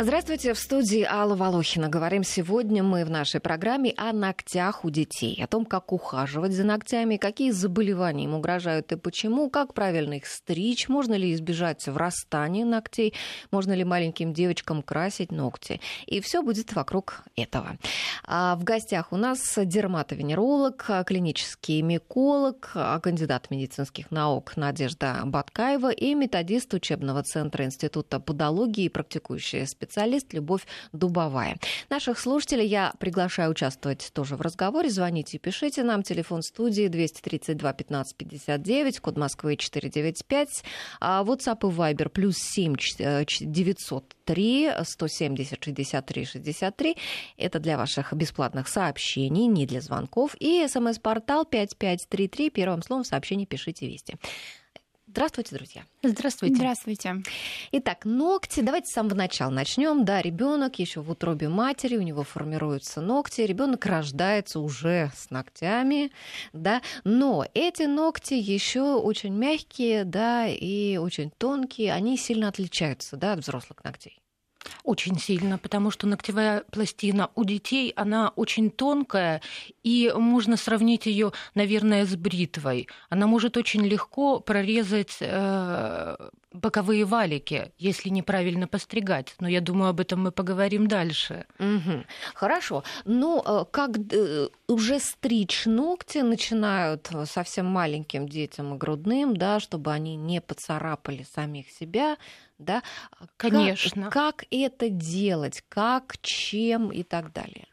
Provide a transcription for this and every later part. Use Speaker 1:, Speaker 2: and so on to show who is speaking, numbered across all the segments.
Speaker 1: Здравствуйте, в студии Алла Волохина. Говорим сегодня мы в нашей программе о ногтях у детей, о том, как ухаживать за ногтями, какие заболевания им угрожают и почему, как правильно их стричь, можно ли избежать врастания ногтей, можно ли маленьким девочкам красить ногти. И все будет вокруг этого. В гостях у нас дерматовенеролог, клинический миколог, кандидат медицинских наук Надежда Баткаева и методист учебного центра Института подологии и практикующая специалист Любовь Дубовая. Наших слушателей я приглашаю участвовать тоже в разговоре. Звоните и пишите нам. Телефон студии 232 15 59, код Москвы 495. WhatsApp и Viber +7 903 170 63 63. Это для ваших бесплатных сообщений, не для звонков. И СМС-портал 5533. Первым словом сообщение пишите «Вести». Здравствуйте, друзья.
Speaker 2: Здравствуйте.
Speaker 3: Здравствуйте.
Speaker 1: Итак, ногти. Давайте с самого начала начнем. Да, ребенок еще в утробе матери, у него формируются ногти. Ребенок рождается уже с ногтями, да. Но эти ногти еще очень мягкие, да, и очень тонкие. Они сильно отличаются, да, от взрослых ногтей.
Speaker 2: Очень сильно, потому что ногтевая пластина у детей, она очень тонкая, и можно сравнить ее, наверное, с бритвой. Она может очень легко прорезать боковые валики, если неправильно постригать. Но я думаю, об этом мы поговорим дальше.
Speaker 1: Угу. Хорошо. Но как уже стричь ногти начинают совсем маленьким детям и грудным, да, чтобы они не поцарапали самих себя, да?
Speaker 2: Конечно.
Speaker 1: Как это делать? Как, чем и так далее?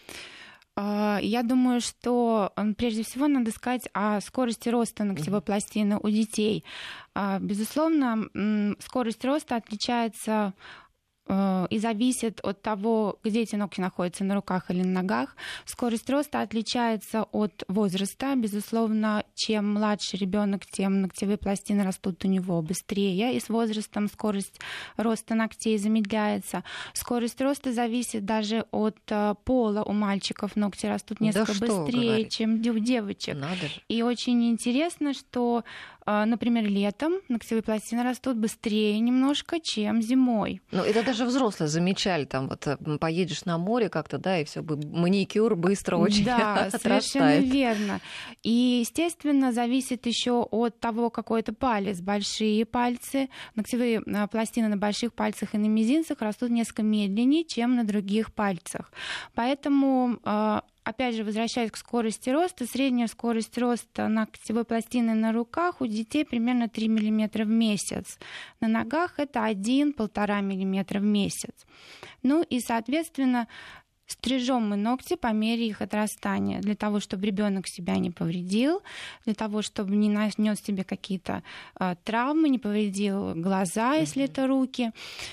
Speaker 3: Я думаю, что прежде всего надо сказать о скорости роста ногтевой пластины у детей. Безусловно, скорость роста отличается и зависит от того, где эти ногти находятся, на руках или на ногах. Скорость роста отличается от возраста. Безусловно, чем младше ребенок, тем ногтевые пластины растут у него быстрее, и с возрастом скорость роста ногтей замедляется. Скорость роста зависит даже от пола. У мальчиков ногти растут несколько быстрее, чем у девочек.
Speaker 1: Надо же.
Speaker 3: И очень интересно, что, например, летом ногтевые пластины растут быстрее немножко, чем зимой.
Speaker 1: Ну, это даже взрослые замечали, там вот поедешь на море как-то, да, и все маникюр быстро очень
Speaker 3: отрастает. Да, совершенно верно. И, естественно, зависит еще от того, какой это палец. Большие пальцы, ногтевые пластины на больших пальцах и на мизинцах растут несколько медленнее, чем на других пальцах. Поэтому, опять же, возвращаясь к скорости роста, средняя скорость роста ногтевой пластины на руках у детей примерно 3 мм в месяц. На ногах это 1-1,5 мм в месяц. Ну и, соответственно, стрижем мы ногти по мере их отрастания, для того, чтобы ребенок себя не повредил, для того, чтобы не нанес себе какие-то травмы, не повредил глаза, если это руки.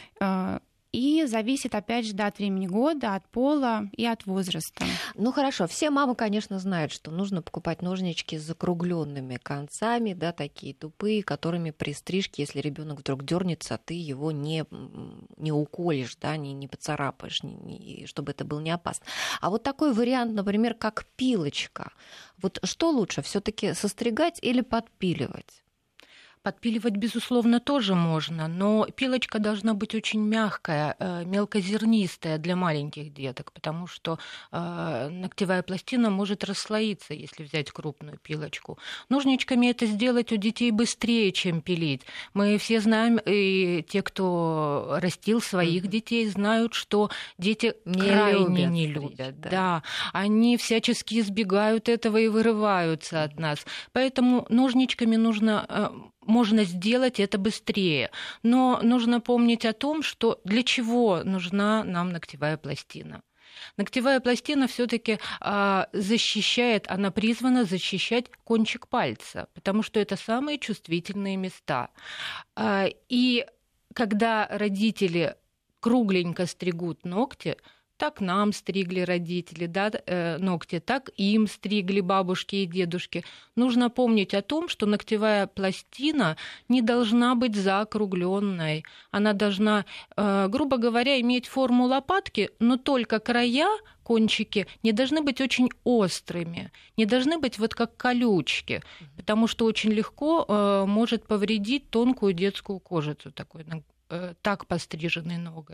Speaker 3: И зависит, опять же, от времени года, от пола и от возраста.
Speaker 1: Ну хорошо, все мамы, конечно, знают, что нужно покупать ножнички с закругленными концами, да, такие тупые, которыми при стрижке, если ребенок вдруг дернется, ты его не уколешь, да, не поцарапаешь, чтобы это было не опасно. А вот такой вариант, например, как пилочка. Вот что лучше, все-таки состригать или подпиливать?
Speaker 2: Подпиливать, безусловно, тоже можно, но пилочка должна быть очень мягкая, мелкозернистая для маленьких деток, потому что ногтевая пластина может расслоиться, если взять крупную пилочку. Ножничками это сделать у детей быстрее, чем пилить. Мы все знаем, и те, кто растил своих детей, знают, что дети крайне не любят. Да. Они всячески избегают этого и вырываются от нас. Поэтому ножничками можно сделать это быстрее. Но нужно помнить о том, что для чего нужна нам ногтевая пластина. Ногтевая пластина все-таки защищает, она призвана защищать кончик пальца, потому что это самые чувствительные места. И когда родители кругленько стригут ногти, так нам стригли родители, да, ногти, так им стригли бабушки и дедушки. Нужно помнить о том, что ногтевая пластина не должна быть закругленной. Она должна, грубо говоря, иметь форму лопатки, но только края, кончики не должны быть очень острыми, не должны быть вот как колючки, потому что очень легко может повредить тонкую детскую кожицу, такой так постриженный ноготь.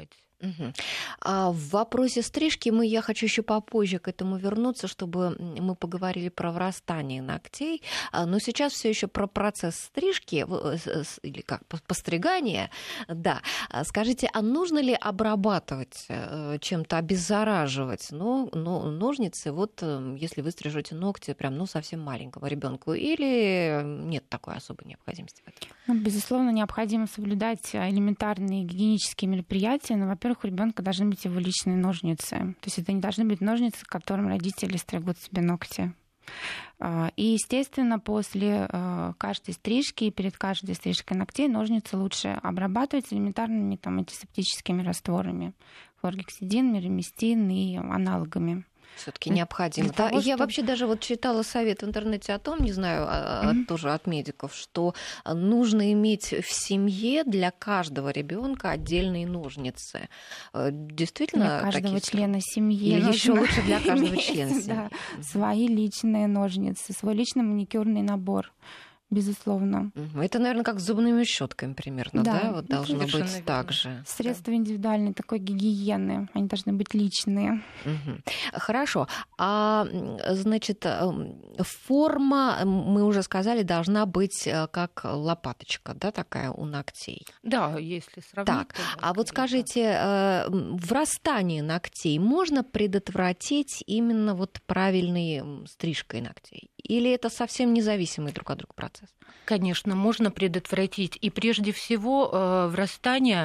Speaker 1: Угу. В вопросе стрижки я хочу еще попозже к этому вернуться, чтобы мы поговорили про врастание ногтей. Но сейчас все еще про процесс стрижки или как постригания. Да. Скажите, а нужно ли обрабатывать чем-то, обеззараживать ножницы, если вы стрижете ногти прям совсем маленькому ребенку, или нет такой особой необходимости в этом?
Speaker 3: Безусловно, необходимо соблюдать элементарные гигиенические мероприятия. Но, во-первых, у ребенка должны быть его личные ножницы. То есть это не должны быть ножницы, которым родители стригут себе ногти. И, естественно, после каждой стрижки и перед каждой стрижкой ногтей ножницы лучше обрабатывать элементарными антисептическими растворами. Хлоргексидин, мириместин и аналогами.
Speaker 1: Все-таки необходимо. Я вообще даже читала совет в интернете о том, не знаю, тоже от медиков, что нужно иметь в семье для каждого ребенка отдельные ножницы. Действительно,
Speaker 3: для каждого члена семьи.
Speaker 1: Или еще лучше для каждого члена семьи.
Speaker 3: Да, свои личные ножницы, свой личный маникюрный набор. Безусловно.
Speaker 1: Это, наверное, как с зубными щетками примерно, да? Должно быть так же.
Speaker 3: Средства индивидуальной такой гигиены, они должны быть личные.
Speaker 1: Хорошо. Значит, форма, мы уже сказали, должна быть как лопаточка, да, такая у ногтей?
Speaker 2: Да, если сравнить.
Speaker 1: Так, скажите, врастание ногтей можно предотвратить именно правильной стрижкой ногтей? Или это совсем независимый друг от друга процесс?
Speaker 2: Конечно, можно предотвратить. И прежде всего врастание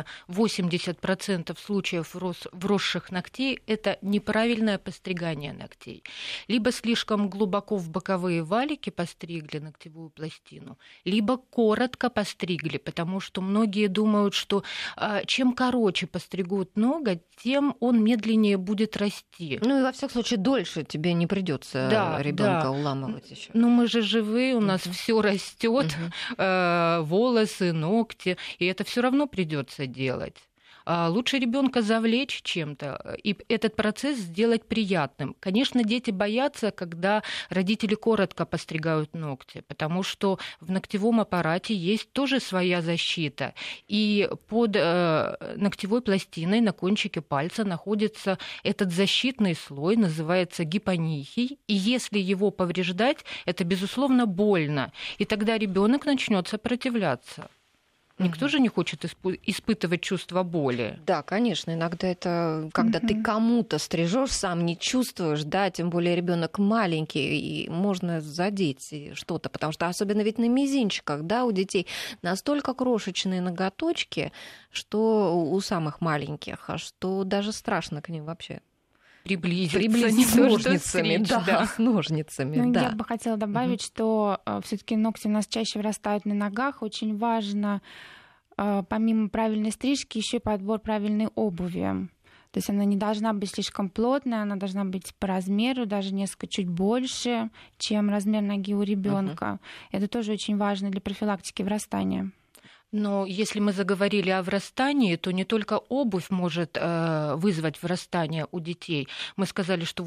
Speaker 2: 80% случаев вросших ногтей – это неправильное постригание ногтей. Либо слишком глубоко в боковые валики постригли ногтевую пластину, либо коротко постригли, потому что многие думают, что чем короче постригут ноготь, тем он медленнее будет расти.
Speaker 1: И во всяком случае дольше тебе не придется ребенка уламывать еще.
Speaker 2: Но мы же живые, у нас все растет, волосы, ногти, и это все равно придется делать. Лучше ребенка завлечь чем-то и этот процесс сделать приятным. Конечно, дети боятся, когда родители коротко постригают ногти, потому что в ногтевом аппарате есть тоже своя защита. И под ногтевой пластиной на кончике пальца находится этот защитный слой, называется гипонихий. И если его повреждать, это, безусловно, больно. И тогда ребенок начнет сопротивляться. Никто же не хочет испытывать чувство боли.
Speaker 1: Да, конечно, иногда это, когда ты кому-то стрижешь, сам не чувствуешь, да, тем более ребенок маленький, и можно задеть что-то, потому что особенно ведь на мизинчиках, да, у детей настолько крошечные ноготочки, что у самых маленьких, что даже страшно к ним вообще.
Speaker 2: Приблизиться
Speaker 1: с ножницами, с ножницами,
Speaker 3: Я бы хотела добавить, что все-таки ногти у нас чаще вырастают на ногах. Очень важно, помимо правильной стрижки, еще и подбор правильной обуви. То есть она не должна быть слишком плотная, она должна быть по размеру, даже несколько чуть больше, чем размер ноги у ребенка. Это тоже очень важно для профилактики врастания.
Speaker 2: Но если мы заговорили о врастании, то не только обувь может вызвать врастание у детей. Мы сказали, что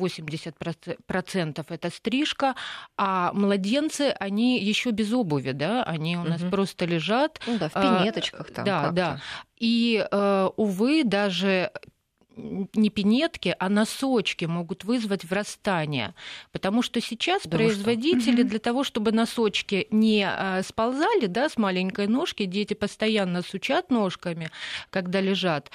Speaker 2: 80% это стрижка, а младенцы, они еще без обуви, да, они у нас просто лежат.
Speaker 1: В пинеточках там.
Speaker 2: Да. И, увы, даже не пинетки, а носочки могут вызвать врастание. Потому что сейчас производители для того, чтобы носочки не сползали, да, с маленькой ножки, дети постоянно сучат ножками, когда лежат,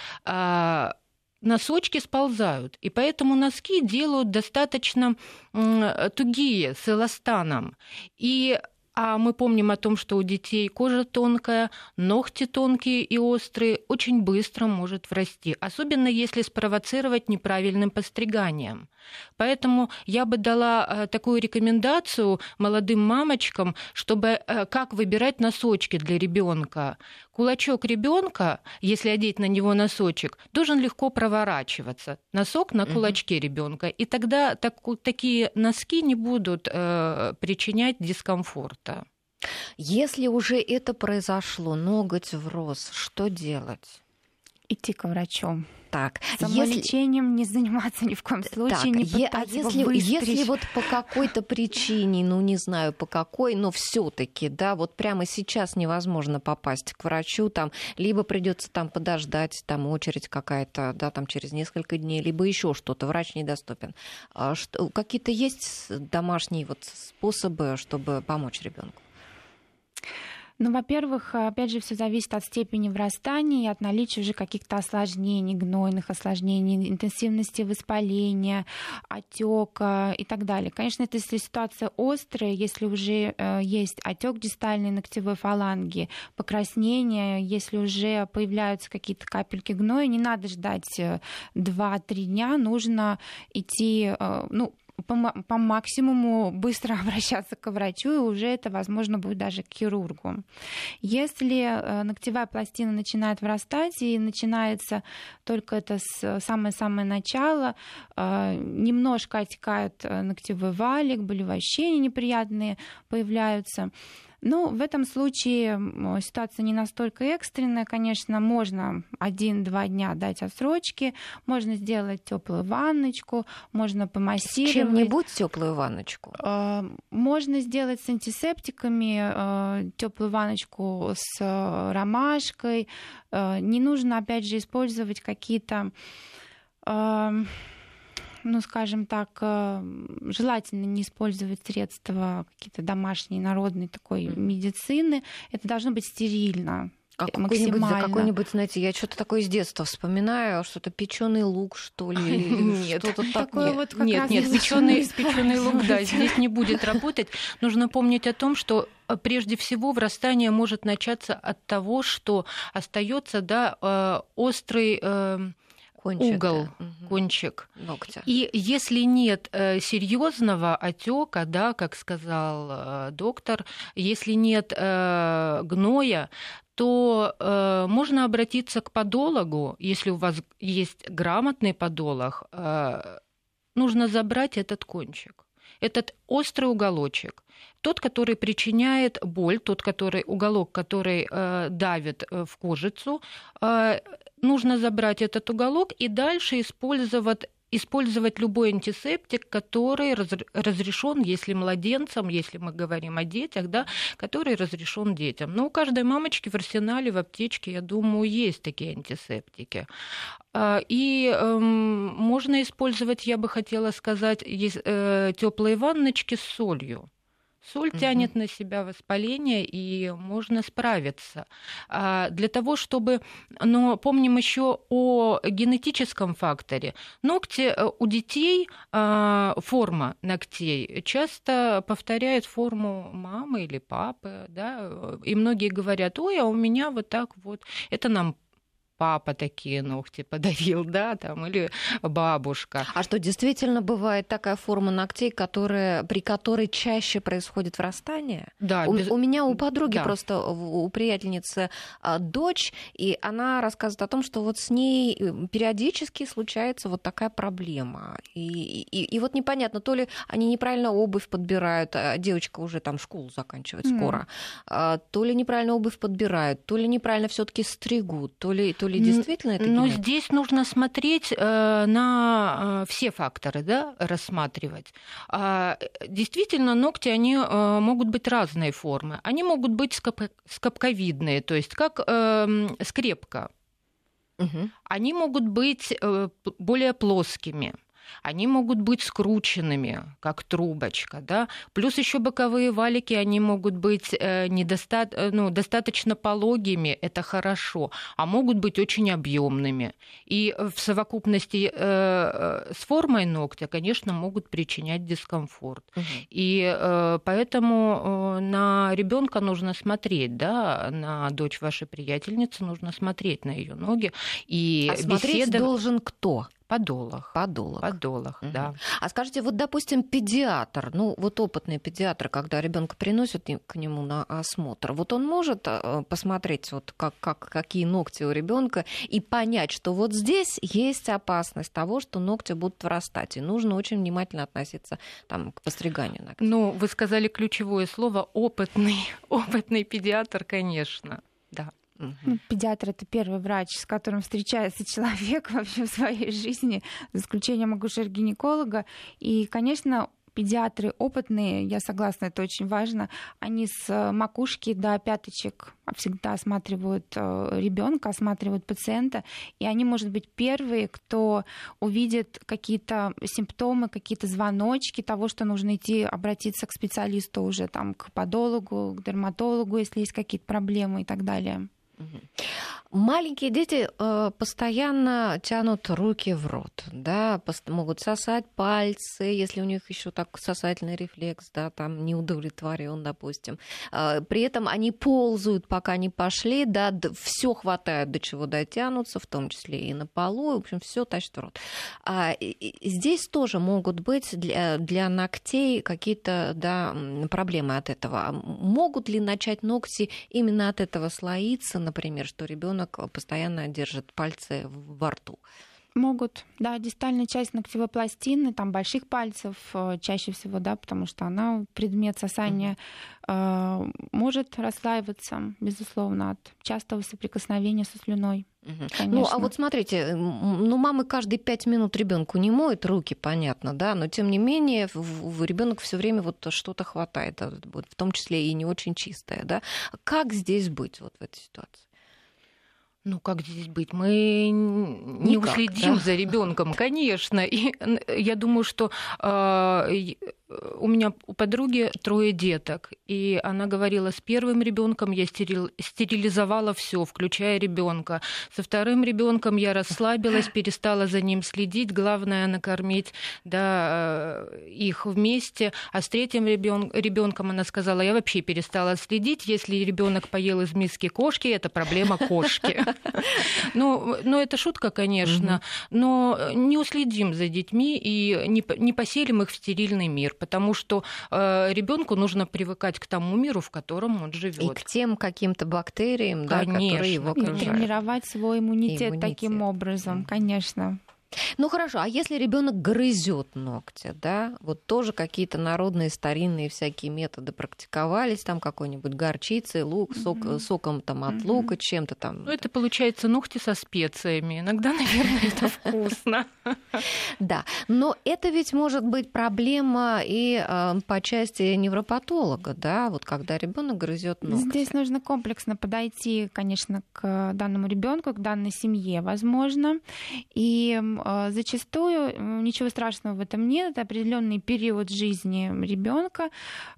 Speaker 2: носочки сползают. И поэтому носки делают достаточно тугие, с эластаном. А мы помним о том, что у детей кожа тонкая, ногти тонкие и острые, очень быстро может врасти, особенно если спровоцировать неправильным постриганием. Поэтому я бы дала такую рекомендацию молодым мамочкам, чтобы как выбирать носочки для ребенка. Кулачок ребенка, если одеть на него носочек, должен легко проворачиваться. Носок на кулачке ребенка, и тогда такие носки не будут причинять дискомфорта.
Speaker 1: Если уже это произошло, ноготь врос, что делать?
Speaker 3: Идти к врачу.
Speaker 1: Так,
Speaker 3: самолечением не заниматься ни в коем случае, не пытаться
Speaker 1: если вот по какой-то причине, ну не знаю по какой, но все-таки, да, вот прямо сейчас невозможно попасть к врачу, там, либо придется там подождать, там очередь какая-то, да, там через несколько дней, либо еще что-то, врач недоступен. Какие-то есть домашние вот способы, чтобы помочь ребенку?
Speaker 3: Ну, во-первых, опять же, все зависит от степени врастания и от наличия уже каких-то осложнений, гнойных осложнений, интенсивности воспаления, отека и так далее. Конечно, это если ситуация острая, если уже есть отек дистальной ногтевой фаланги, покраснение, если уже появляются какие-то капельки гноя, не надо ждать 2-3 дня, нужно идти, по максимуму быстро обращаться к врачу, и уже это, возможно, будет даже к хирургу. Если ногтевая пластина начинает вырастать, и начинается только это с самое-самое начало, немножко отекает ногтевой валик, болевые ощущения неприятные появляются, ну, в этом случае ситуация не настолько экстренная, конечно, можно 1-2 дня дать отсрочки, можно сделать теплую ванночку, можно помассировать.
Speaker 1: Чем-нибудь теплую ванночку?
Speaker 3: Можно сделать с антисептиками теплую ванночку с ромашкой. Не нужно, опять же, использовать какие-то... скажем так, желательно не использовать средства какие-то домашние, народной такой медицины. Это должно быть стерильно.
Speaker 1: Какой-нибудь, знаете, я что-то такое с детства вспоминаю, что-то печеный лук, что ли?
Speaker 2: Нет, печеный лук, да, здесь не будет работать. Нужно помнить о том, что прежде всего врастание может начаться от того, что остается, да, острый кончик
Speaker 1: ногтя.
Speaker 2: И если нет серьезного отека, да, как сказал доктор, если нет гноя, то можно обратиться к подологу, если у вас есть грамотный подолог, нужно забрать этот кончик, этот острый уголочек. Тот, который причиняет боль, уголок, который давит в кожицу, нужно забрать этот уголок и дальше использовать любой антисептик, который разрешен, если младенцам, если мы говорим о детях, да, который разрешен детям. Но у каждой мамочки в арсенале, в аптечке, я думаю, есть такие антисептики. И можно использовать, я бы хотела сказать, теплые ванночки с солью. Соль тянет на себя воспаление, и можно справиться. Для того, чтобы... Но помним еще о генетическом факторе. Ногти у детей, форма ногтей часто повторяет форму мамы или папы. Да? И многие говорят, ой, а у меня вот так вот. Это нам папа такие ногти подарил, да, там, или бабушка.
Speaker 1: А что, действительно бывает такая форма ногтей, при которой чаще происходит врастание?
Speaker 2: Да.
Speaker 1: У меня у подруги просто, у приятельницы дочь, и она рассказывает о том, что вот с ней периодически случается вот такая проблема. И вот непонятно, то ли они неправильно обувь подбирают, а девочка уже там школу заканчивает скоро, то ли неправильно обувь подбирают, то ли неправильно все-таки стригут, то ли действительно это
Speaker 2: Но здесь нужно смотреть на все факторы, да, рассматривать. Действительно, ногти, они могут быть разной формы. Они могут быть скобковидные, то есть как скрепка. Угу. Они могут быть более плоскими. Они могут быть скрученными, как трубочка, да. Плюс еще боковые валики, они могут быть достаточно пологими, это хорошо, а могут быть очень объемными. И в совокупности с формой ногтя, конечно, могут причинять дискомфорт. Угу. И поэтому на ребенка нужно смотреть, да, на дочь вашей приятельницы нужно смотреть на ее ноги. И
Speaker 1: смотреть должен кто?
Speaker 2: Подолог, да.
Speaker 1: А скажите, вот, допустим, педиатр, опытный педиатр, когда ребенка приносят к нему на осмотр, вот он может посмотреть, вот какие ногти у ребенка и понять, что вот здесь есть опасность того, что ногти будут вырастать, и нужно очень внимательно относиться там, к постриганию ногтей.
Speaker 2: Вы сказали ключевое слово опытный педиатр, конечно, да.
Speaker 3: Педиатр — это первый врач, с которым встречается человек вообще в своей жизни, за исключением акушер-гинеколога. И, конечно, педиатры опытные, я согласна, это очень важно, они с макушки до пяточек всегда осматривают ребенка, осматривают пациента, и они, может быть, первые, кто увидит какие-то симптомы, какие-то звоночки того, что нужно идти обратиться к специалисту уже, там, к подологу, к дерматологу, если есть какие-то проблемы и так далее.
Speaker 1: Маленькие дети постоянно тянут руки в рот, да, могут сосать пальцы, если у них еще так сосательный рефлекс, да, там не удовлетворен, допустим. При этом они ползают, пока не пошли, да, все хватает, до чего дотянутся, в том числе и на полу, в общем, все тащат в рот. Здесь тоже могут быть для ногтей какие-то, да, проблемы от этого. Могут ли начать ногти именно от этого слоиться, например, что ребенок постоянно держит пальцы во рту?
Speaker 3: Могут, да, дистальная часть ногтевой пластины, там больших пальцев чаще всего, да, потому что она предмет сосания, может расслаиваться, безусловно, от частого соприкосновения со слюной.
Speaker 1: Ну, а вот смотрите, мамы каждые 5 минут ребенку не моют руки, понятно, да, но тем не менее ребенок все время вот что-то хватает, в том числе и не очень чистое, да. Как здесь быть вот в этой ситуации?
Speaker 2: Ну, как здесь быть? Мы не уследим за ребенком, конечно. И я думаю, что у меня у подруги 3 деток, и она говорила, с первым ребенком я стерилизовала все, включая ребенка. Со вторым ребенком я расслабилась, перестала за ним следить. Главное накормить, да, их вместе. А с третьим ребенком она сказала, я вообще перестала следить. Если ребенок поел из миски кошки, это проблема кошки. Ну, это шутка, конечно, но не уследим за детьми и не поселим их в стерильный мир, потому что ребенку нужно привыкать к тому миру, в котором он живет.
Speaker 1: И к тем каким-то бактериям, да, которые его окружают.
Speaker 3: И тренировать свой иммунитет таким образом, конечно.
Speaker 1: Ну хорошо, а если ребенок грызет ногти, да, вот тоже какие-то народные, старинные всякие методы практиковались, там какой-нибудь горчицей, лук, соком там от лука, чем-то там.
Speaker 2: Ну это получается ногти со специями. Иногда, наверное, это вкусно.
Speaker 1: Да, но это ведь может быть проблема и по части невропатолога, да, вот когда ребенок грызет ногти.
Speaker 3: Здесь нужно комплексно подойти, конечно, к данному ребенку, к данной семье, возможно, и зачастую ничего страшного в этом нет. Это определенный период жизни ребенка.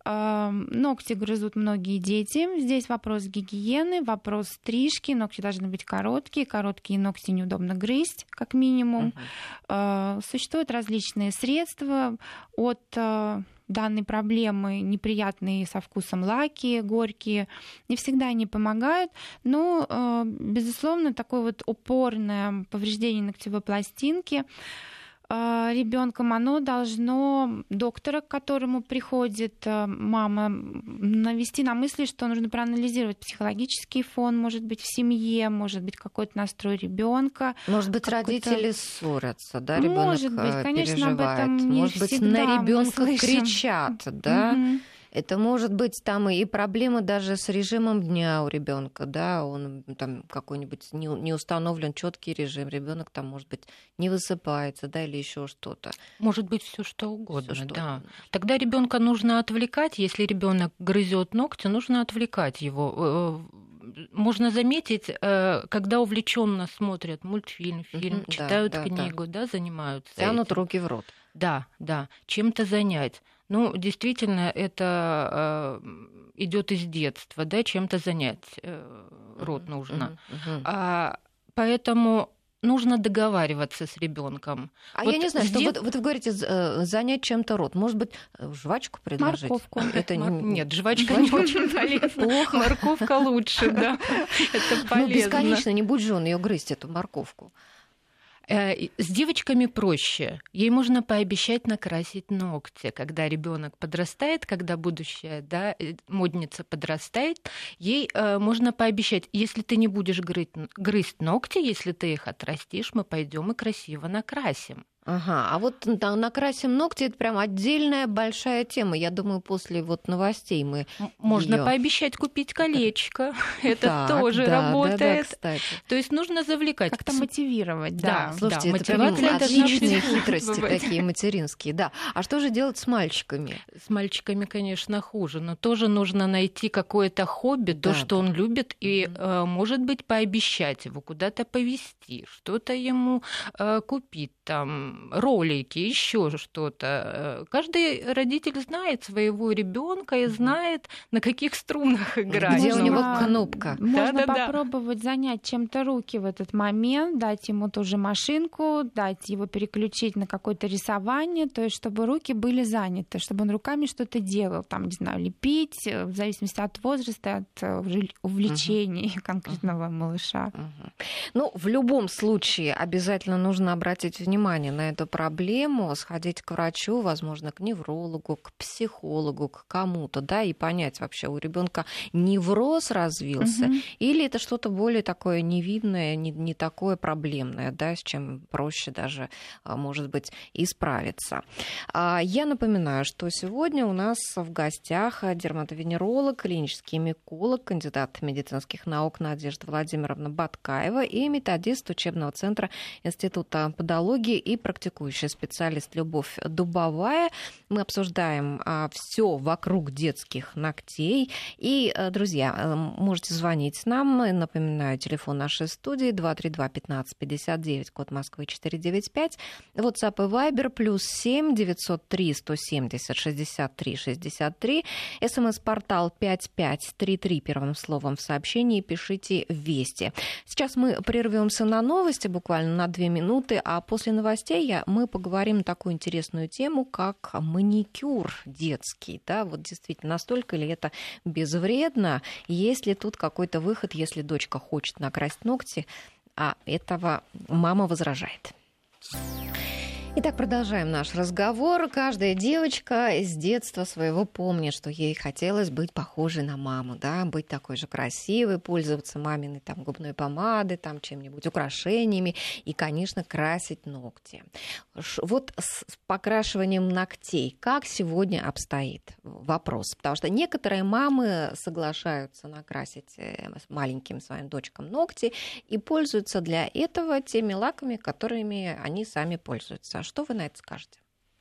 Speaker 3: Ногти грызут многие дети. Здесь вопрос гигиены, вопрос стрижки. Ногти должны быть короткие. Короткие ногти неудобно грызть, как минимум. Существуют различные средства от данной проблемы, неприятные со вкусом лаки, горькие, не всегда они помогают, но, безусловно, такое вот упорное повреждение ногтевой пластинки ребенком, оно должно доктора, к которому приходит мама, навести на мысли, что нужно проанализировать психологический фон, может быть, в семье, может быть, какой-то настрой ребенка.
Speaker 1: Может быть, родители ссорятся, да, ребенок
Speaker 3: может быть, конечно,
Speaker 1: переживает.
Speaker 3: об этом не
Speaker 1: может быть,
Speaker 3: всегда
Speaker 1: на ребенка
Speaker 3: мы слышим.
Speaker 1: Кричат, да. Это может быть там и проблемы даже с режимом дня у ребенка, да, он там какой-нибудь не установлен четкий режим, ребенок там, может быть, не высыпается, да, или еще что-то.
Speaker 2: Может быть, все что угодно,
Speaker 1: Всё, что
Speaker 2: да.
Speaker 1: угодно.
Speaker 2: Тогда ребенка нужно отвлекать, если ребенок грызет ногти, нужно отвлекать его. Можно заметить, когда увлеченно смотрят мультфильм, фильм, читают книгу, да, занимаются.
Speaker 1: Тянут
Speaker 2: этим.
Speaker 1: руки в рот.
Speaker 2: Да, чем-то занять. Ну, действительно, это идет из детства, да, чем-то занять рот нужно. Поэтому нужно договариваться с ребенком.
Speaker 1: А вот я не знаю, что вот вы говорите занять чем-то рот. Может быть, жвачку предложить?
Speaker 3: Морковку.
Speaker 2: Нет, жвачка не очень полезна.
Speaker 1: Плохо.
Speaker 2: Морковка лучше, да. Это полезно.
Speaker 1: Ну, бесконечно не будь же он ее грызть, эту морковку.
Speaker 2: С девочками проще. Ей можно пообещать накрасить ногти. Когда ребенок подрастает, когда будущая, да, модница подрастает, ей можно пообещать, если ты не будешь грызть ногти, если ты их отрастишь, мы пойдем и красиво накрасим.
Speaker 1: Ага, а вот накрасим ногти — это прям отдельная большая тема. Я думаю, после вот новостей мы
Speaker 2: Можно пообещать купить колечко. Это тоже работает.
Speaker 1: Кстати.
Speaker 2: То есть нужно завлекать.
Speaker 3: Как-то мотивировать,
Speaker 1: да. Слушайте, это прям отличные хитрости такие материнские, да. А что же делать с мальчиками?
Speaker 2: С мальчиками, конечно, хуже, но тоже нужно найти какое-то хобби, то, что он любит, и, может быть, пообещать его куда-то повезти, что-то ему купить, там, ролики, еще что-то. Каждый родитель знает своего ребенка и знает, на каких струнах играть.
Speaker 1: Где у него кнопка.
Speaker 3: Можно попробовать занять чем-то руки в этот момент, дать ему ту же машинку, дать его переключить на какое-то рисование, то есть чтобы руки были заняты, чтобы он руками что-то делал, там, не знаю, лепить, в зависимости от возраста, от увлечений конкретного малыша.
Speaker 1: Ну, в любом случае обязательно нужно обратить внимание на эту проблему, сходить к врачу, возможно, к неврологу, к психологу, к кому-то, да, и понять вообще, у ребенка невроз развился или это что-то более такое невидное, не такое проблемное, да, с чем проще даже, может быть, и справиться. Я напоминаю, что сегодня у нас в гостях дерматовенеролог, клинический миколог, кандидат медицинских наук Надежда Владимировна Баткаева и методист учебного центра Института подологии и практикующий специалист Любовь Дубовая. Мы обсуждаем все вокруг детских ногтей. И, друзья, можете звонить нам. Напоминаю, телефон нашей студии 232-1559, код Москвы 495. WhatsApp и Viber +7 903 170 63 63. СМС-портал 5533 первым словом в сообщении пишите «Вести». Сейчас мы прервемся на новости буквально на 2 минуты, а после новостей мы поговорим на такую интересную тему, как маникюр детский. Да, вот действительно, настолько ли это безвредно? Есть ли тут какой-то выход, если дочка хочет накрасить ногти, а этого мама возражает? Итак, продолжаем наш разговор. Каждая девочка с детства своего помнит, что ей хотелось быть похожей на маму, да, быть такой же красивой, пользоваться маминой там губной помадой, там чем-нибудь, украшениями и, конечно, красить ногти. Вот с покрашиванием ногтей как сегодня обстоит вопрос? Потому что некоторые мамы соглашаются накрасить маленьким своим дочкам ногти и пользуются для этого теми лаками, которыми они сами пользуются. Что вы на это скажете?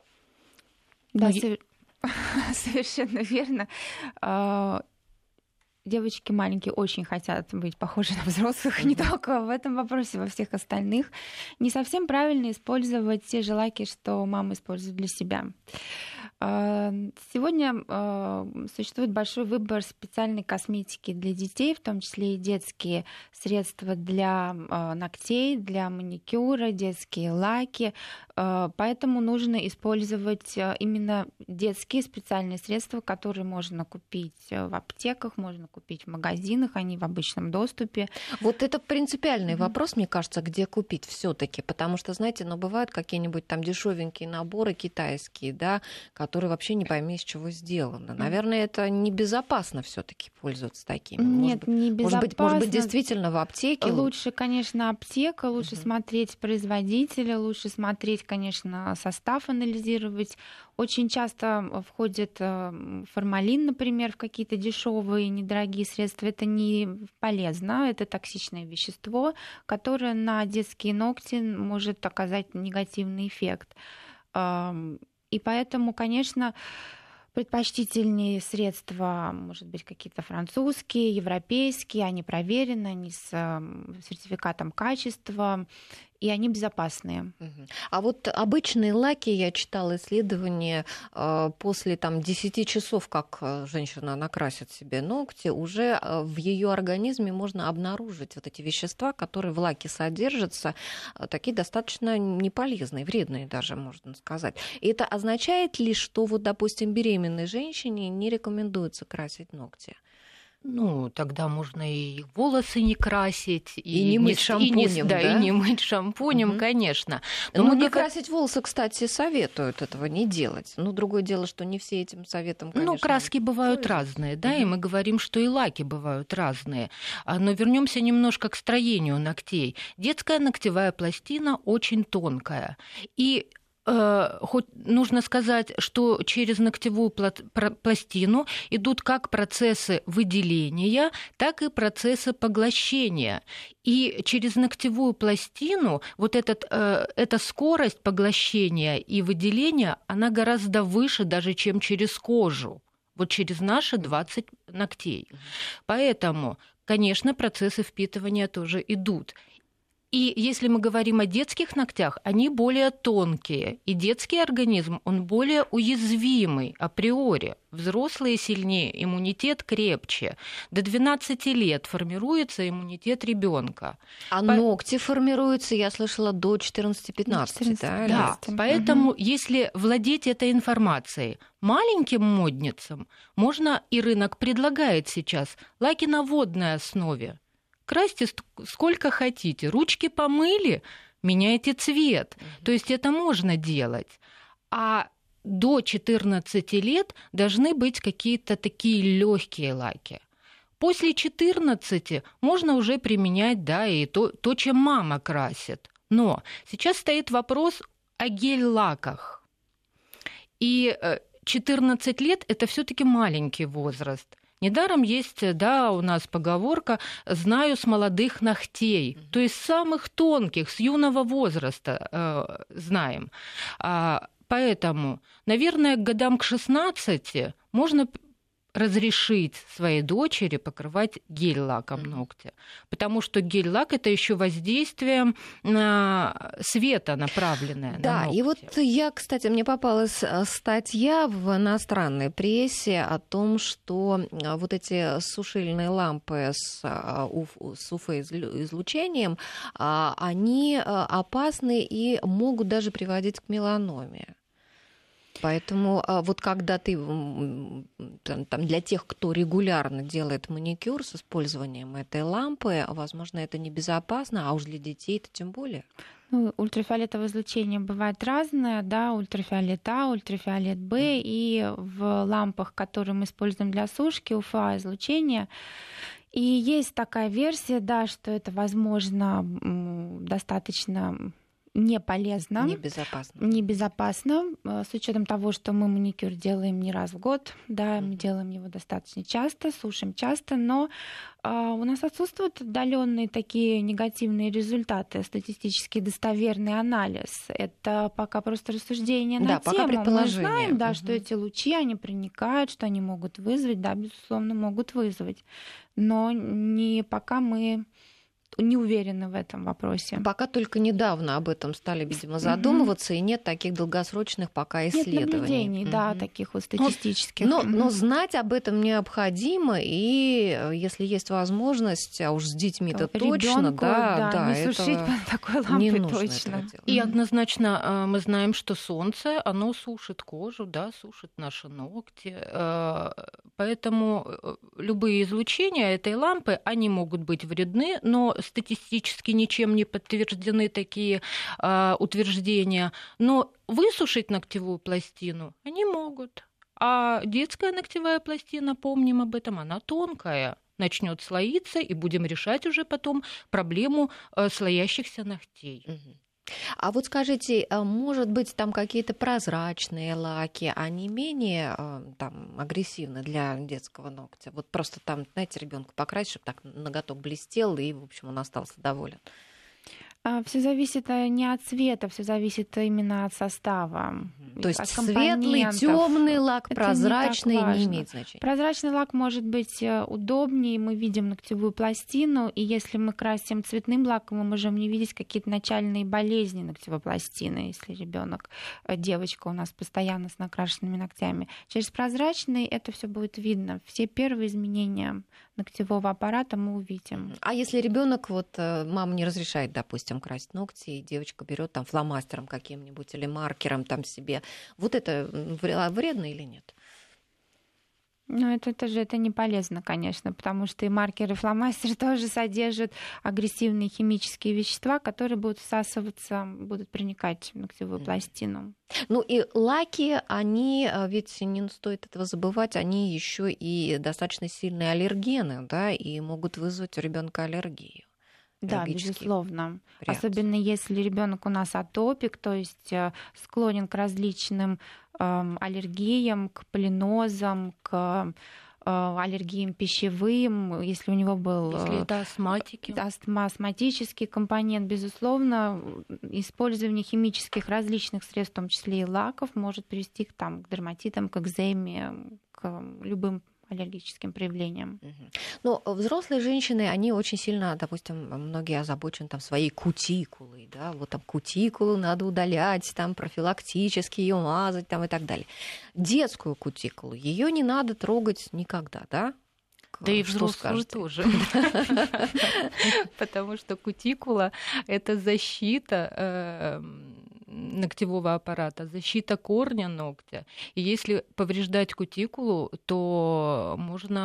Speaker 3: Да, совершенно верно. Девочки маленькие очень хотят быть похожи на взрослых, не только в этом вопросе, во всех остальных. Не совсем правильно использовать те же лаки, что мамы используют для себя. Сегодня существует большой выбор специальной косметики для детей, в том числе и детские средства для ногтей, для маникюра, детские лаки. Поэтому нужно использовать именно детские специальные средства, которые можно купить в аптеках, можно купить в магазинах, они в обычном доступе.
Speaker 1: Вот это принципиальный вопрос, мне кажется, где купить все-таки, потому что, знаете, бывают какие-нибудь там дешевенькие наборы китайские, да, которые вообще не пойми, из чего сделаны. Наверное, это небезопасно все-таки пользоваться такими.
Speaker 3: Нет, не безопасно.
Speaker 1: Может быть, действительно в аптеке?
Speaker 3: Лучше, конечно, аптека, лучше смотреть производителя, лучше смотреть, конечно, состав анализировать. Очень часто входит формалин, например, в какие-то дешевые, недорогие средства. Это не полезно, это токсичное вещество, которое на детские ногти может оказать негативный эффект. И поэтому, конечно, предпочтительнее средства, может быть, какие-то французские, европейские, они проверены, они с сертификатом качества, и они безопасные.
Speaker 1: А вот обычные лаки, я читала исследования, после 10 часов, как женщина накрасит себе ногти, уже в ее организме можно обнаружить вот эти вещества, которые в лаке содержатся, такие достаточно неполезные, вредные даже, можно сказать. И это означает ли, что, вот, допустим, беременной женщине не рекомендуется красить ногти?
Speaker 2: Ну, тогда можно и волосы не красить,
Speaker 1: и не мыть шампунем,
Speaker 2: да? И не мыть шампунем, конечно.
Speaker 1: Но не красить волосы, кстати, советуют этого не делать. Ну, другое дело, что не все этим советом, конечно...
Speaker 2: Ну, краски бывают разные, да, и мы говорим, что и лаки бывают разные. Но вернемся немножко к строению ногтей. Детская ногтевая пластина очень тонкая. И хоть нужно сказать, что через ногтевую пластину идут как процессы выделения, так и процессы поглощения. И через ногтевую пластину вот эта скорость поглощения и выделения, она гораздо выше даже, чем через кожу. Вот через наши 20 ногтей. Поэтому, конечно, процессы впитывания тоже идут. И если мы говорим о детских ногтях, они более тонкие, и детский организм, он более уязвимый априори. Взрослые сильнее, иммунитет крепче. До 12 лет формируется иммунитет ребенка.
Speaker 1: А ногти формируются, я слышала, до 14-15, да?
Speaker 2: Да, поэтому если владеть этой информацией, маленьким модницам можно, и рынок предлагает сейчас, лаки на водной основе. Красьте сколько хотите. Ручки помыли, меняйте цвет. То есть это можно делать. А до 14 лет должны быть какие-то такие легкие лаки. После 14 можно уже применять, да, и то, чем мама красит. Но сейчас стоит вопрос о гель-лаках. И 14 лет – это все-таки маленький возраст. Недаром есть, да, у нас поговорка «знаю с молодых ногтей», то есть самых тонких, с юного возраста знаем. Поэтому, наверное, к годам к 16 можно разрешить своей дочери покрывать гель-лаком ногти. Потому что гель-лак – это еще воздействие света направленное на ногти.
Speaker 1: Да, и вот я, кстати, мне попалась статья в иностранной прессе о том, что вот эти сушильные лампы с UV-излучением, они опасны и могут даже приводить к меланоме. Поэтому вот когда ты там, для тех, кто регулярно делает маникюр с использованием этой лампы, возможно, это небезопасно, а уж для детей это тем более.
Speaker 3: Ну, ультрафиолетовое излучение бывает разное, да, ультрафиолет А, ультрафиолет Б, и в лампах, которые мы используем для сушки, УФА-излучение. И есть такая версия, да, что это, возможно, достаточно не полезно, небезопасно, с учетом того, что мы маникюр делаем не раз в год, да, мы делаем его достаточно часто, сушим часто, но у нас отсутствуют отдаленные такие негативные результаты, статистически достоверный анализ. Это пока просто рассуждение на тему. Мы знаем, да, что эти лучи, они проникают, что они могут вызвать, да, безусловно, могут вызвать, но не пока мы не уверены в этом вопросе.
Speaker 1: Пока только недавно об этом стали, видимо, задумываться, и нет таких долгосрочных пока исследований.
Speaker 3: Нет наблюдений, да, таких вот статистических.
Speaker 1: Но знать об этом необходимо, и если есть возможность, а уж с детьми-то точно, да,
Speaker 3: не сушить по такой лампе точно.
Speaker 2: И однозначно мы знаем, что солнце, оно сушит кожу, да, сушит наши ногти, поэтому любые излучения этой лампы, они могут быть вредны, но статистически ничем не подтверждены такие утверждения. Но высушить ногтевую пластину они могут. А детская ногтевая пластина, помним об этом, она тонкая. Начнет слоиться, и будем решать уже потом проблему слоящихся ногтей.
Speaker 1: А вот скажите, может быть, там какие-то прозрачные лаки, они менее там, агрессивны для детского ногтя? Вот просто там, знаете, ребенка покрасить, чтобы так ноготок блестел, и, в общем, он остался доволен.
Speaker 3: Все зависит не от цвета, все зависит именно от состава.
Speaker 1: То есть светлый, темный лак, прозрачный не имеет значения.
Speaker 3: Прозрачный лак может быть удобнее, мы видим ногтевую пластину, и если мы красим цветным лаком, мы можем не видеть какие-то начальные болезни ногтевой пластины, если ребенок, девочка у нас постоянно с накрашенными ногтями. Через прозрачный это все будет видно. Все первые изменения ногтевого аппарата мы увидим.
Speaker 1: А если ребенок, вот мама не разрешает, допустим, красить ногти, и девочка берет там фломастером каким-нибудь или маркером там себе, вот это вредно или нет?
Speaker 3: Ну, это не полезно, конечно, потому что и маркеры, и фломастеры тоже содержат агрессивные химические вещества, которые будут всасываться, будут проникать в ногтевую пластину.
Speaker 1: Ну и лаки, они, ведь не стоит этого забывать, они еще и достаточно сильные аллергены, да, и могут вызвать у ребенка аллергию.
Speaker 3: Да, безусловно. Особенно если ребенок у нас атопик, то есть склонен к различным аллергиям, к полинозам, к аллергиям пищевым, если у него был
Speaker 2: если это
Speaker 3: астматический компонент, безусловно, использование химических различных средств, в том числе и лаков, может привести к дерматитам, к экземе, к любым аллергическим проявлениям.
Speaker 1: Но взрослые женщины, они очень сильно, допустим, многие озабочены своей кутикулой, да, вот там кутикулу надо удалять, там профилактически ее мазать, там и так далее. Детскую кутикулу, ее не надо трогать никогда, да?
Speaker 2: Да и взрослую тоже. Потому что кутикула — это защита ногтевого аппарата, защита корня ногтя. И если повреждать кутикулу, то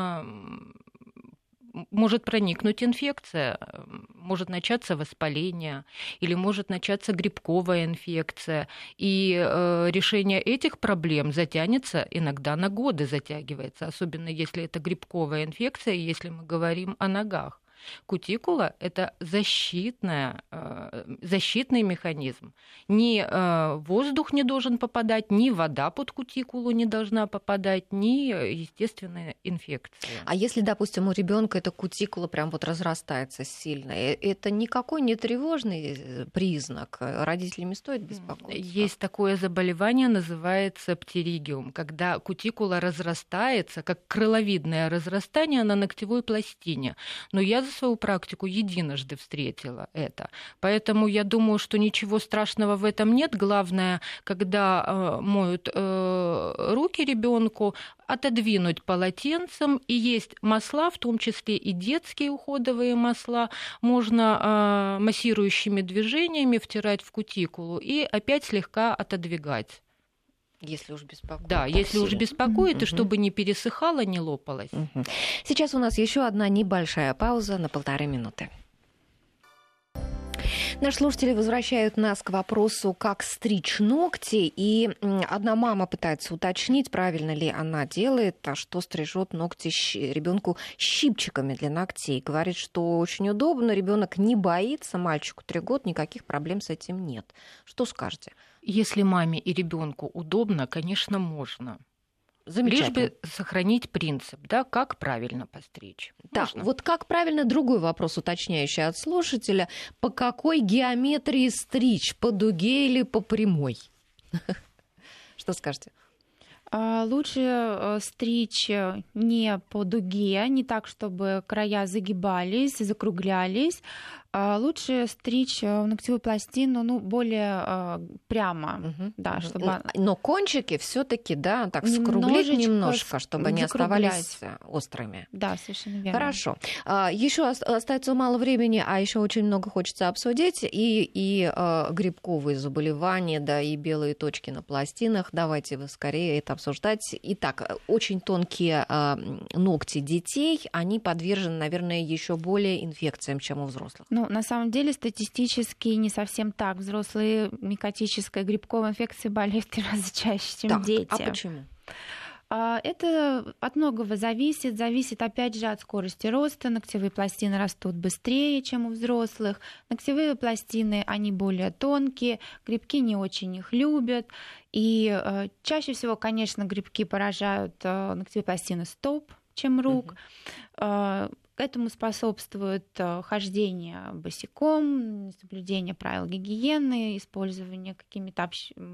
Speaker 2: может проникнуть инфекция, может начаться воспаление или может начаться грибковая инфекция. И решение этих проблем затянется, иногда на годы затягивается, особенно если это грибковая инфекция, если мы говорим о ногах. Кутикула — это защитный механизм. Ни воздух не должен попадать, ни вода под кутикулу не должна попадать, ни естественная инфекция.
Speaker 1: А если, допустим, у ребенка эта кутикула прям вот разрастается сильно, это никакой не тревожный признак? Родителям не стоит беспокоиться?
Speaker 2: Есть такое заболевание, называется птеригиум, когда кутикула разрастается, как крыловидное разрастание на ногтевой пластине. Но я за свою практику единожды встретила это. Поэтому я думаю, что ничего страшного в этом нет. Главное, когда моют руки ребенку, отодвинуть полотенцем. И есть масла, в том числе и детские уходовые масла, можно массирующими движениями втирать в кутикулу и опять слегка отодвигать.
Speaker 1: Если уж беспокоит.
Speaker 2: Да, если уж беспокоит, и чтобы не пересыхало, не лопалось.
Speaker 1: Сейчас у нас еще одна небольшая пауза на 1,5 минуты. Наши слушатели возвращают нас к вопросу, как стричь ногти. И одна мама пытается уточнить, правильно ли она делает, а что стрижет ногти ребенку щипчиками для ногтей. Говорит, что очень удобно, ребенок не боится, мальчику 3 года, никаких проблем с этим нет. Что скажете?
Speaker 2: Если маме и ребенку удобно, конечно, можно.
Speaker 1: Лишь
Speaker 2: бы сохранить принцип, да, как правильно постричь.
Speaker 1: Да, вот как правильно, другой вопрос, уточняющий от слушателя. По какой геометрии стричь? По дуге или по прямой? Что скажете?
Speaker 3: Лучше стричь не по дуге, не так, чтобы края загибались, закруглялись. Лучше стричь ногтевую пластину более прямо, да, чтобы...
Speaker 1: Но кончики все-таки, да, так скруглить немножко, чтобы не оставались острыми.
Speaker 3: Да, совершенно верно.
Speaker 1: Хорошо. Еще остается мало времени, а еще очень много хочется обсудить. И грибковые заболевания, да, и белые точки на пластинах. Давайте вы скорее это обсуждать. Итак, очень тонкие ногти детей, они подвержены, наверное, еще более инфекциям, чем у взрослых.
Speaker 3: На самом деле, статистически не совсем так. Взрослые микотической грибковой инфекцией болеют в 3 раза чаще, чем дети.
Speaker 1: А почему?
Speaker 3: Это от многого зависит. Зависит, опять же, от скорости роста. Ногтевые пластины растут быстрее, чем у взрослых. Ногтевые пластины, они более тонкие. Грибки не очень их любят. И чаще всего, конечно, грибки поражают ногтевые пластины стоп, чем рук. К этому способствует хождение босиком, соблюдение правил гигиены, использование какими-то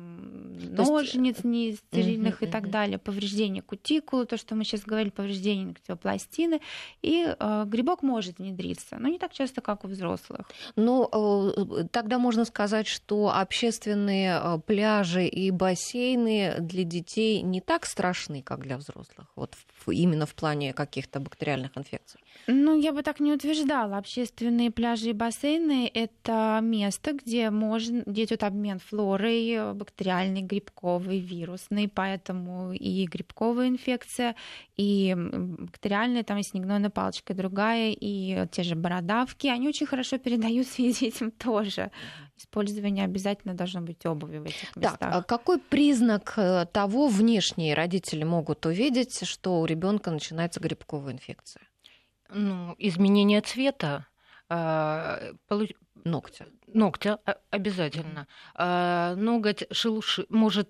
Speaker 3: ножниц нестерильных и так далее, повреждение кутикулы, то, что мы сейчас говорили, повреждение ногтевой пластины, и грибок может внедриться, но не так часто, как у взрослых.
Speaker 1: Тогда можно сказать, что общественные пляжи и бассейны для детей не так страшны, как для взрослых, вот именно в плане каких-то бактериальных инфекций.
Speaker 3: Ну, я бы так не утверждала. Общественные пляжи и бассейны — это место, где идет обмен флорой, бактериальной, грибковой, вирусной, поэтому и грибковая инфекция, и бактериальная, там есть гнойная палочка другая, и те же бородавки, они очень хорошо передаются и детям тоже. Использование обязательно должно быть обуви в этих местах.
Speaker 1: Так, а какой признак того внешние родители могут увидеть, что у ребенка начинается грибковая инфекция?
Speaker 2: Ну, изменение цвета, ногтя обязательно. Ноготь может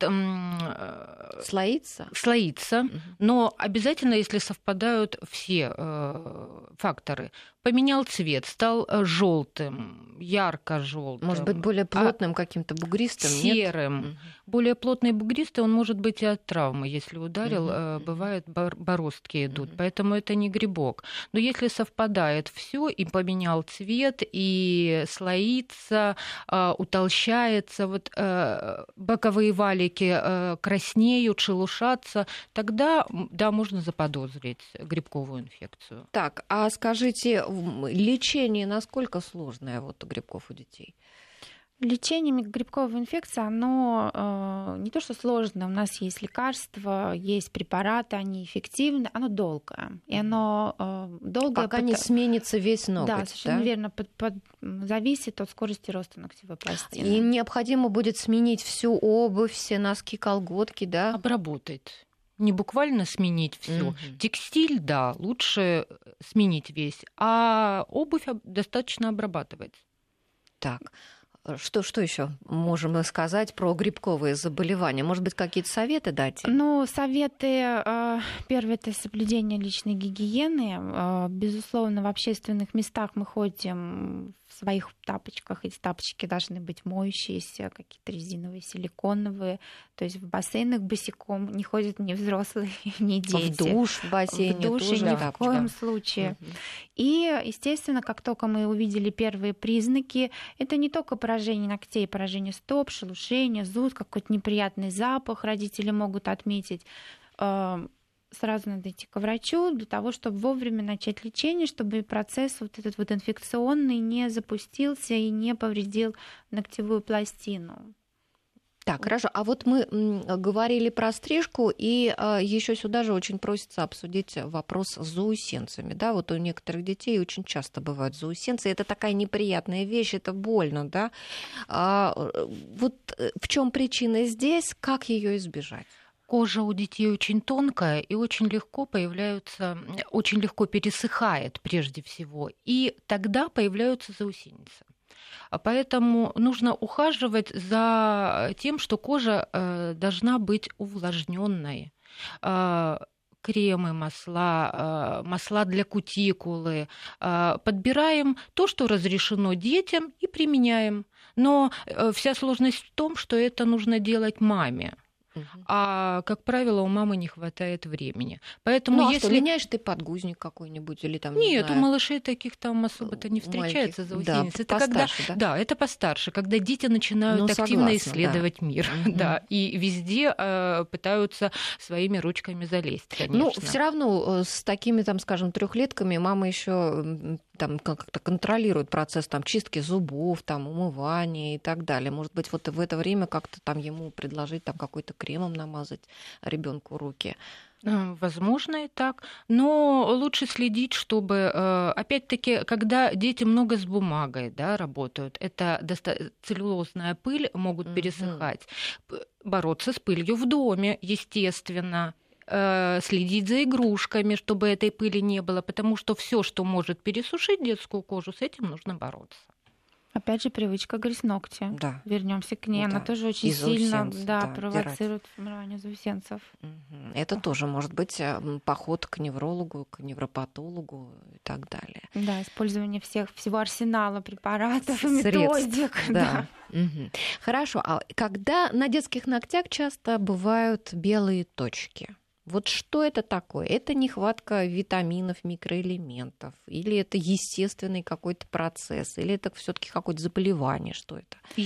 Speaker 2: слоиться, но обязательно, если совпадают все факторы. Поменял цвет, стал желтым, ярко-желтым.
Speaker 1: Может быть, более плотным, каким-то бугристым?
Speaker 2: Серым.
Speaker 1: Нет?
Speaker 2: Более плотный бугристый, он может быть и от травмы. Если ударил, бывает, бороздки идут. Поэтому это не грибок. Но если совпадает все и поменял цвет, и слоится, утолщается, вот боковые валики краснеют, шелушатся, тогда, да, можно заподозрить грибковую инфекцию.
Speaker 1: Так, а скажите, лечение насколько сложное вот у грибков у детей?
Speaker 3: Лечение грибковой инфекции, оно не то что сложное, у нас есть лекарства, есть препараты, они эффективны, оно долгое. И оно долгое...
Speaker 1: Пока не сменится весь ноготь.
Speaker 3: Да, совершенно верно. Зависит от скорости роста ногтевой пластины.
Speaker 1: И необходимо будет сменить всю обувь, все носки, колготки, да?
Speaker 2: Обработать. Не буквально сменить все. Текстиль, да, лучше сменить весь, а обувь достаточно обрабатывать.
Speaker 1: Так. Что еще можем сказать про грибковые заболевания? Может быть, какие-то советы дать?
Speaker 3: Ну, советы. Первое — это соблюдение личной гигиены. Безусловно, в общественных местах мы ходим в своих тапочках. Эти тапочки должны быть моющиеся, какие-то резиновые, силиконовые. То есть в бассейнах босиком не ходят ни взрослые, ни дети.
Speaker 1: В душ в бассейне
Speaker 3: в душе
Speaker 1: тоже
Speaker 3: ни в коем случае. И, естественно, как только мы увидели первые признаки, это не только поражение ногтей, поражение стоп, шелушение, зуд, какой-то неприятный запах родители могут отметить. Сразу надо идти к врачу для того, чтобы вовремя начать лечение, чтобы процесс вот этот вот инфекционный не запустился и не повредил ногтевую пластину.
Speaker 1: Так, хорошо. А вот мы говорили про стрижку, и еще сюда же очень просится обсудить вопрос с заусенцами. Да, вот у некоторых детей очень часто бывают заусенцы. Это такая неприятная вещь, это больно, да. Вот в чем причина здесь, как ее избежать?
Speaker 2: Кожа у детей очень тонкая и очень легко пересыхает прежде всего, и тогда появляются заусеницы. Поэтому нужно ухаживать за тем, что кожа должна быть увлажненной. Кремы, масла для кутикулы. Подбираем то, что разрешено детям, и применяем. Но вся сложность в том, что это нужно делать маме. А, как правило, у мамы не хватает времени. Поэтому
Speaker 1: если меняешь ты подгузник какой-нибудь или там...
Speaker 2: Нет, у малышей таких там особо-то не встречается заусениц.
Speaker 1: Это постарше,
Speaker 2: когда, да, это постарше, когда дети начинают активно исследовать мир, да, и везде пытаются своими ручками залезть, конечно.
Speaker 1: Ну, все равно с такими, там, скажем, трехлетками мама еще там как-то контролирует процесс там чистки зубов, там умывания и так далее. Может быть, вот в это время как-то там ему предложить там какой-то кремом намазать ребенку руки.
Speaker 2: Возможно и так, но лучше следить, чтобы, опять-таки, когда дети много с бумагой, да, работают, это целлюлозная пыль, могут пересыхать, бороться с пылью в доме, естественно, следить за игрушками, чтобы этой пыли не было, потому что все, что может пересушить детскую кожу, с этим нужно бороться.
Speaker 3: Опять же, привычка грызть ногти.
Speaker 1: Да.
Speaker 3: Вернемся к ней. Она тоже очень сильно провоцирует формирование заусенцев.
Speaker 1: Это тоже может быть поход к неврологу, к невропатологу и так далее.
Speaker 3: Да, использование всего арсенала препаратов и методик.
Speaker 1: Да. Хорошо. А когда на детских ногтях часто бывают белые точки? Вот что это такое? Это нехватка витаминов, микроэлементов? Или это естественный какой-то процесс? Или это все-таки какое-то заболевание? Что это?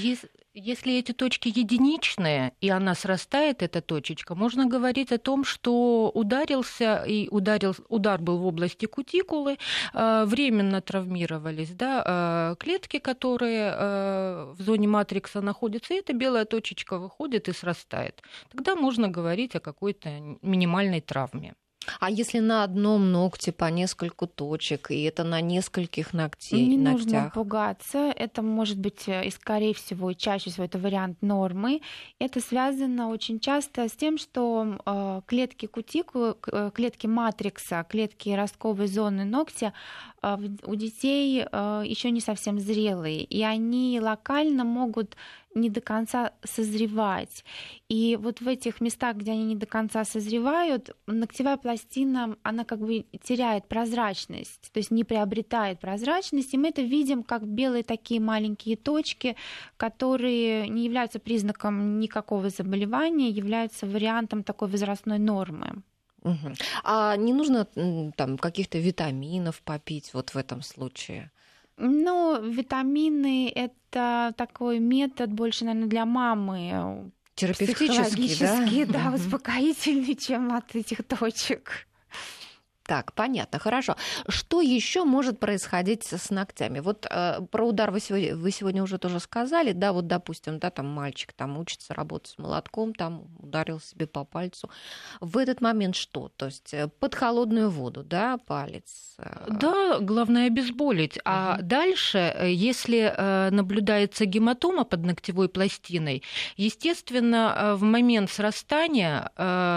Speaker 2: Если эти точки единичные, и она срастает, эта точечка, можно говорить о том, что ударился, и удар был в области кутикулы, временно травмировались, да, клетки, которые в зоне матрикса находятся, и эта белая точечка выходит и срастает. Тогда можно говорить о какой-то минимальной травме.
Speaker 1: А если на одном ногте по нескольку точек, и это на нескольких ногтях?
Speaker 3: Не нужно пугаться. Это может быть, и скорее всего, и чаще всего это вариант нормы. Это связано очень часто с тем, что клетки кутикулы, клетки матрикса, клетки ростковой зоны ногтя у детей еще не совсем зрелые, и они локально могут не до конца созревать. И вот в этих местах, где они не до конца созревают, ногтевая пластина, она как бы теряет прозрачность, то есть не приобретает прозрачность, и мы это видим как белые такие маленькие точки, которые не являются признаком никакого заболевания, являются вариантом такой возрастной нормы.
Speaker 1: Угу. А не нужно там каких-то витаминов попить вот в этом случае?
Speaker 3: Ну, витамины — это такой метод больше, наверное, для мамы.
Speaker 1: Терапевтический, да?
Speaker 3: Да, успокоительный, чем от этих точек.
Speaker 1: Так, понятно, хорошо. Что еще может происходить с ногтями? Вот про удар вы сегодня уже тоже сказали, да, вот, допустим, да, там мальчик там учится работать с молотком, там ударил себе по пальцу. В этот момент что? То есть под холодную воду, да, палец?
Speaker 2: Да, главное обезболить. А дальше, если наблюдается гематома под ногтевой пластиной, естественно, в момент срастания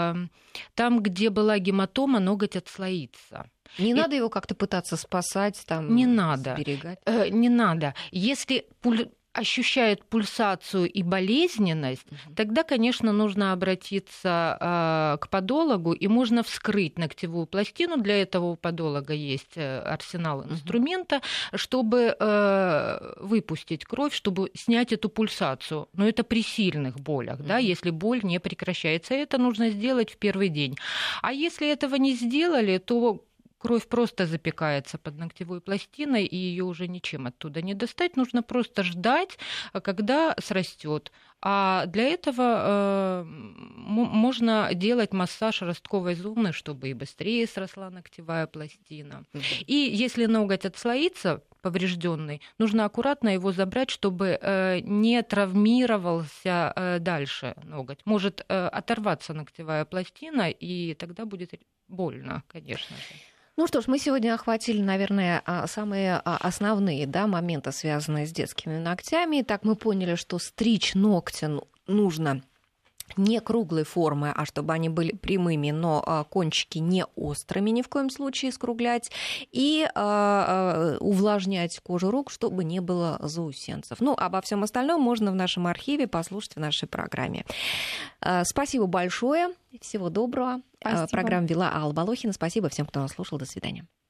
Speaker 2: там, где была гематома, ноготь отслоится.
Speaker 1: Не надо его как-то пытаться спасать, там,
Speaker 2: не надо.
Speaker 1: Сберегать?
Speaker 2: Не надо. Если ощущает пульсацию и болезненность, тогда, конечно, нужно обратиться к подологу, и можно вскрыть ногтевую пластину. Для этого у подолога есть арсенал инструмента, чтобы выпустить кровь, чтобы снять эту пульсацию. Но это при сильных болях, да, если боль не прекращается. Это нужно сделать в первый день. А если этого не сделали, то кровь просто запекается под ногтевой пластиной, и ее уже ничем оттуда не достать. Нужно просто ждать, когда срастет. А для этого можно делать массаж ростковой зоны, чтобы и быстрее сросла ногтевая пластина. И если ноготь отслоится, поврежденный, нужно аккуратно его забрать, чтобы не травмировался дальше ноготь. Может оторваться ногтевая пластина, и тогда будет больно, конечно же.
Speaker 1: Ну что ж, мы сегодня охватили, наверное, самые основные, да, моменты, связанные с детскими ногтями. Так мы поняли, что стричь ногти нужно не круглой формы, а чтобы они были прямыми, но кончики не острыми ни в коем случае скруглять, и увлажнять кожу рук, чтобы не было заусенцев. Ну, обо всем остальном можно в нашем архиве послушать в нашей программе. Спасибо большое, всего доброго.
Speaker 3: Спасибо.
Speaker 1: Программу вела Алла Волохина. Спасибо всем, кто нас слушал. До свидания.